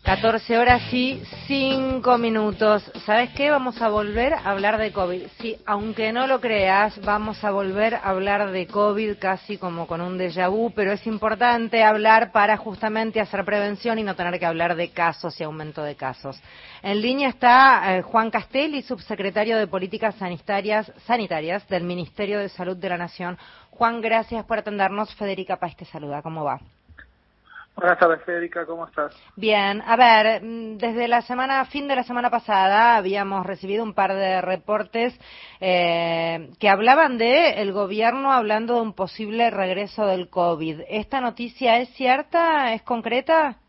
14 horas y 5 minutos. ¿Sabes qué? Vamos a volver a hablar de COVID. Sí, aunque no lo creas, vamos a volver a hablar de COVID casi como con un déjà vu, pero es importante hablar para justamente hacer prevención y no tener que hablar de casos y aumento de casos. En línea está Juan Castelli, subsecretario de Políticas Sanitarias del Ministerio de Salud de la Nación. Juan, gracias por atendernos. Federica Paez te saluda. ¿Cómo va? Buenas tardes, Federica, ¿cómo estás? Bien, a ver, desde fin de la semana pasada habíamos recibido un par de reportes que hablaban de el gobierno hablando de un posible regreso del COVID. ¿Esta noticia es cierta? ¿Es concreta?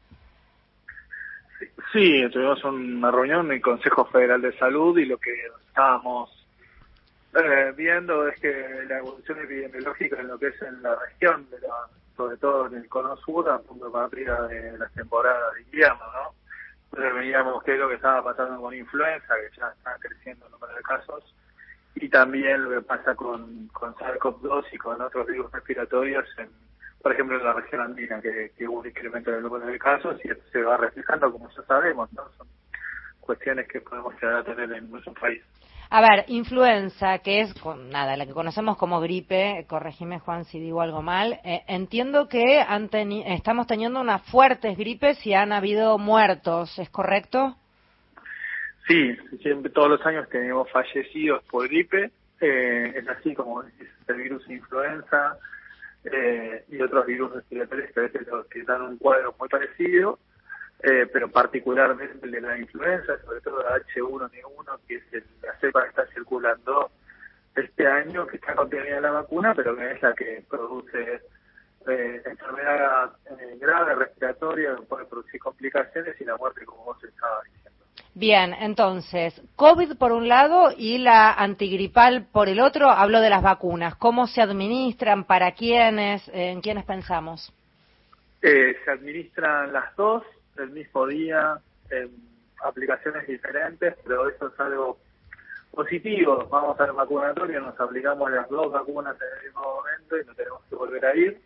Sí, tuvimos una reunión en el Consejo Federal de Salud y lo que estábamos viendo es que la evolución epidemiológica en lo que es en la región, sobre todo en el cono sur, a punto de partida de las temporadas de invierno, ¿no? Entonces veíamos qué es lo que estaba pasando con influenza, que ya está creciendo el número de casos, y también lo que pasa con SARS-CoV-2 y con otros virus respiratorios, por ejemplo en la región andina, que hubo un incremento en el número de casos, y esto se va reflejando, como ya sabemos, ¿no? Son cuestiones que podemos llegar a tener en nuestro país. A ver, influenza, que es, la que conocemos como gripe, corregime Juan si digo algo mal, entiendo que estamos teniendo unas fuertes gripes y han habido muertos, ¿es correcto? Sí, siempre, todos los años tenemos fallecidos por gripe, es así como es el virus influenza y otros virus respiratorios que a veces que dan un cuadro muy parecido, pero particularmente el de la influenza, sobre todo la H1N1, que es la cepa que está circulando este año, que está contenida en la vacuna, pero que es la que produce enfermedad grave, respiratoria, que puede producir complicaciones y la muerte, como vos estabas diciendo. Bien, entonces, COVID por un lado y la antigripal por el otro. Hablo de las vacunas. ¿Cómo se administran? ¿Para quiénes? ¿En quiénes pensamos? Se administran las dos el mismo día en aplicaciones diferentes, pero eso es algo positivo. Vamos al vacunatorio, nos aplicamos las dos vacunas en el mismo momento y no tenemos que volver a ir.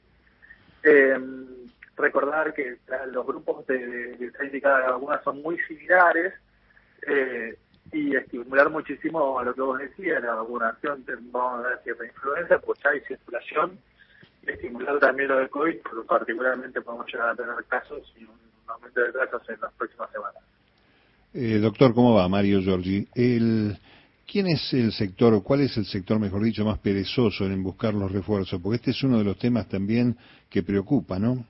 Recordar que los grupos que está indicada la vacuna son muy similares y estimular muchísimo a lo que vos decías, la vacunación, vamos a ver si es de influenza, pues ya hay circulación, estimular también lo de COVID, porque particularmente podemos llegar a tener casos y un aumento de casos en las próximas semanas. Doctor, ¿cómo va? Mario Giorgi. ¿Quién es el sector, o cuál es el sector, mejor dicho, más perezoso en buscar los refuerzos? Porque este es uno de los temas también que preocupa, ¿no?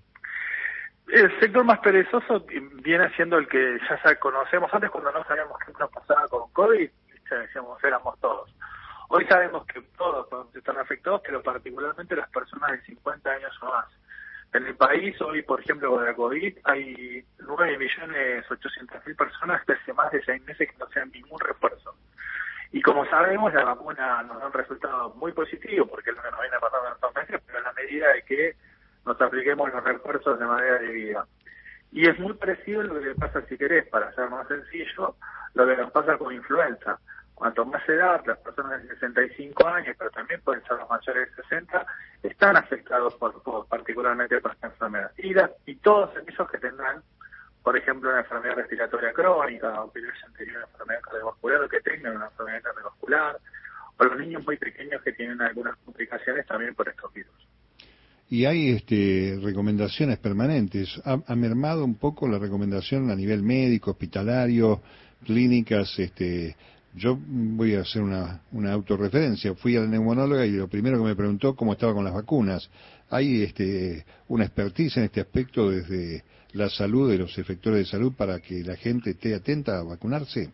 El sector más perezoso viene siendo el que ya conocemos. Antes, cuando no sabíamos qué nos pasaba con COVID, decíamos, éramos todos. Hoy sabemos que todos podemos estar afectados, pero particularmente las personas de 50 años o más. En el país, hoy, por ejemplo, con la COVID, hay 9.800.000 personas que hace más de 6 meses que no se dan ningún refuerzo. Y como sabemos, la vacuna nos da un resultado muy positivo, porque es lo que nos viene pasando en estos meses, pero en la medida de que nos apliquemos los refuerzos de manera debida. Y es muy parecido a lo que le pasa, si querés, para ser más sencillo, lo que nos pasa con influenza. Cuanto más edad, las personas de 65 años, pero también pueden ser los mayores de 60, están afectados particularmente por esta enfermedad. Y todos aquellos que tendrán, por ejemplo, una enfermedad respiratoria crónica, o que hayan tenido una enfermedad cardiovascular, o que tengan una enfermedad cardiovascular, o los niños muy pequeños que tienen algunas complicaciones también por estos virus. Y hay recomendaciones permanentes. ¿Ha mermado un poco la recomendación a nivel médico, hospitalario, clínicas? Yo voy a hacer una autorreferencia. Fui a la neumonóloga y lo primero que me preguntó cómo estaba con las vacunas. ¿Hay una expertise en este aspecto desde la salud, de los efectores de salud, para que la gente esté atenta a vacunarse?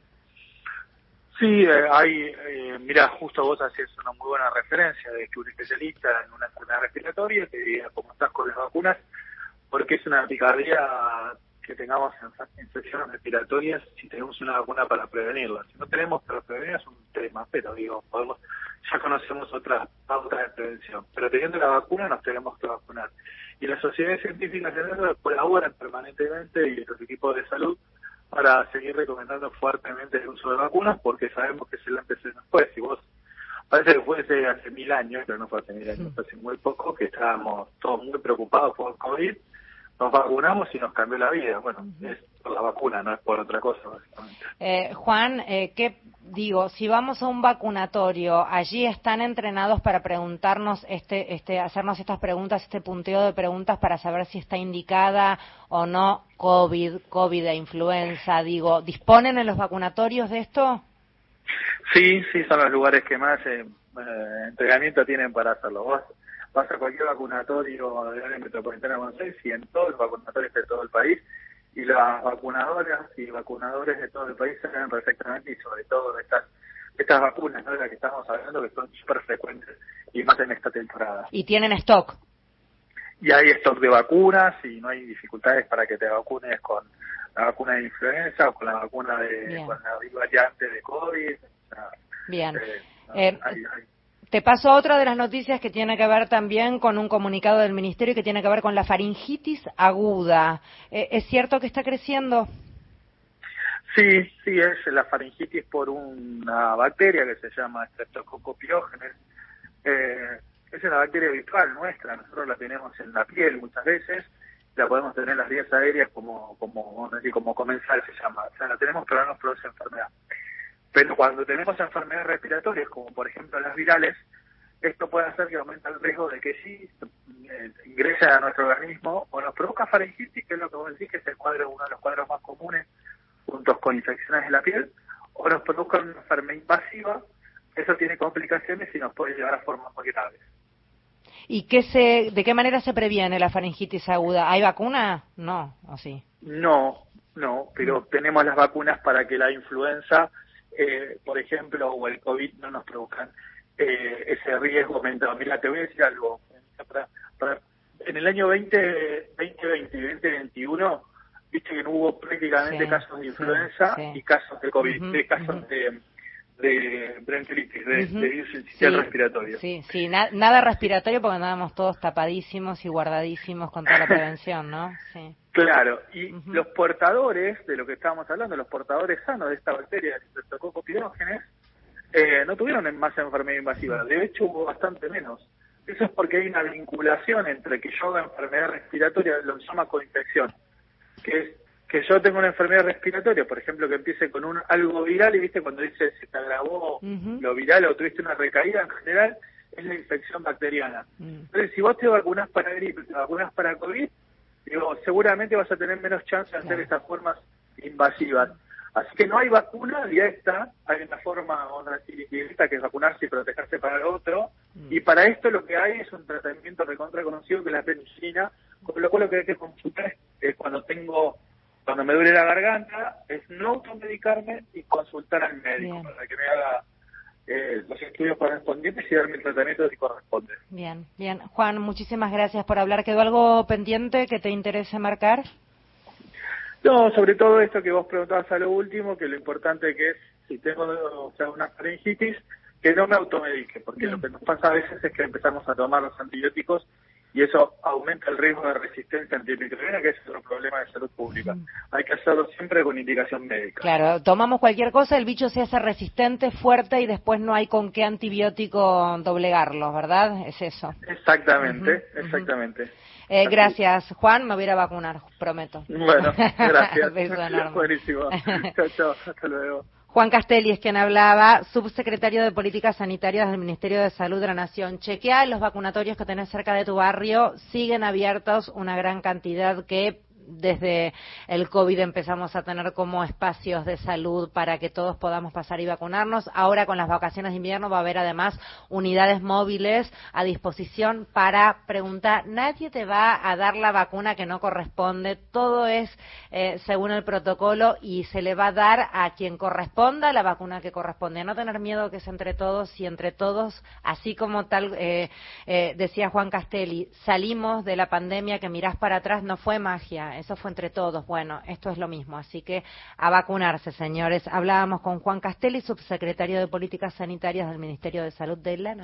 Sí, mira, justo vos hacés una muy buena referencia de que un especialista en una enfermedad respiratoria te diga cómo estás con las vacunas, porque es una picardía que tengamos infecciones respiratorias si tenemos una vacuna para prevenirlas. Si no tenemos para prevenir es un tema, pero ya conocemos otras pautas de prevención. Pero teniendo la vacuna nos tenemos que vacunar. Y las sociedades científicas colaboran permanentemente y los equipos de salud para seguir recomendando fuertemente el uso de vacunas, porque sabemos que es el antes y el después. Si vos, parece que fue hace 1000 años, pero no fue hace 1000 años, fue hace muy poco, que estábamos todos muy preocupados por el COVID, nos vacunamos y nos cambió la vida. Bueno, es por la vacuna, no es por otra cosa, básicamente. Juan, si vamos a un vacunatorio, allí están entrenados para preguntarnos, hacernos estas preguntas, este punteo de preguntas para saber si está indicada o no COVID e influenza, ¿disponen en los vacunatorios de esto? Sí, son los lugares que más entrenamiento tienen para hacerlo. Vos vas a cualquier vacunatorio del área metropolitana de Buenos Aires y en todos los vacunatorios de todo el país, y las vacunadoras y vacunadores de todo el país saben perfectamente, y sobre todo estas vacunas, ¿no?, de las que estamos hablando, que son súper frecuentes y más en esta temporada. ¿Y tienen stock? Y hay stock de vacunas y no hay dificultades para que te vacunes con la vacuna de influenza o con la vacuna con la variante de COVID. Bien. Te paso otra de las noticias que tiene que ver también con un comunicado del Ministerio que tiene que ver con la faringitis aguda. ¿Es cierto que está creciendo? Sí, es la faringitis por una bacteria que se llama Streptococcus pyogenes. Es una bacteria habitual nuestra, nosotros la tenemos en la piel muchas veces, la podemos tener en las vías aéreas como comensal se llama, o sea, la tenemos pero no nos produce enfermedad. Pero cuando tenemos enfermedades respiratorias, como por ejemplo las virales, esto puede hacer que aumente el riesgo de que sí ingrese a nuestro organismo o nos produzca faringitis, que es lo que vos decís, que es uno de los cuadros más comunes, juntos con infecciones de la piel, o nos produzca una enfermedad invasiva. Eso tiene complicaciones y nos puede llevar a formas muy graves. ¿Y de qué manera se previene la faringitis aguda? ¿Hay vacuna? No, ¿o sí? No, pero tenemos las vacunas para que la influenza, por ejemplo, o el COVID no nos produzcan ese riesgo aumentado. Mira, te voy a decir algo. En el año 2020 y 2021, viste que no hubo prácticamente casos de influenza y casos de COVID, casos de bronquiolitis, de virus sincicial respiratorio. Sí, nada respiratorio porque andábamos todos tapadísimos y guardadísimos con toda la prevención, ¿no? Sí. Claro, y los portadores, de lo que estábamos hablando, los portadores sanos de esta bacteria, de Streptococcus pyogenes, no tuvieron más enfermedad invasiva, de hecho hubo bastante menos. Eso es porque hay una vinculación entre que yo haga enfermedad respiratoria, lo que se llama coinfección, que es que yo tengo una enfermedad respiratoria, por ejemplo, que empiece con algo viral, y viste cuando dice se te agravó lo viral o tuviste una recaída, en general es la infección bacteriana. Entonces, si vos te vacunás para gripe, te vacunás para COVID, seguramente vas a tener menos chance de hacer estas formas invasivas. Así que no hay vacuna directa, hay una forma, vamos a decir, indirecta, que es vacunarse y protegerse para el otro, y para esto lo que hay es un tratamiento recontra conocido, que es la penicilina, con lo cual lo que hay que consultar es cuando me duele la garganta, es no automedicarme y consultar al médico para que me haga los estudios correspondientes y darme el tratamiento si corresponde. Bien. Juan, muchísimas gracias por hablar. ¿Quedó algo pendiente que te interese marcar? No, sobre todo esto que vos preguntabas a lo último, que lo importante que es, si tengo una faringitis, que no me automedique, porque lo que nos pasa a veces es que empezamos a tomar los antibióticos y eso aumenta el riesgo de resistencia antimicrobiana, que es otro problema de salud pública. Hay que hacerlo siempre con indicación médica. Claro, tomamos cualquier cosa, el bicho se hace resistente, fuerte, y después no hay con qué antibiótico doblegarlo, ¿verdad? Es eso. Exactamente. Gracias, Juan, me voy a ir a vacunar, prometo. Bueno, gracias. Beso enorme. Buenísimo. Chao, hasta luego. Juan Castelli es quien hablaba, subsecretario de Políticas Sanitarias del Ministerio de Salud de la Nación. Chequea los vacunatorios que tenés cerca de tu barrio, siguen abiertos una gran cantidad que desde el COVID empezamos a tener como espacios de salud para que todos podamos pasar y vacunarnos. Ahora con las vacaciones de invierno va a haber además unidades móviles a disposición para preguntar. Nadie te va a dar la vacuna que no corresponde, todo es según el protocolo y se le va a dar a quien corresponda la vacuna que corresponde. A no tener miedo, que es entre todos, y entre todos, así como tal decía Juan Castelli, salimos de la pandemia, que mirás para atrás, no fue magia. Eso fue entre todos. Bueno, esto es lo mismo, así que a vacunarse, señores. Hablábamos con Juan Castelli, subsecretario de Políticas Sanitarias del Ministerio de Salud de la Nación.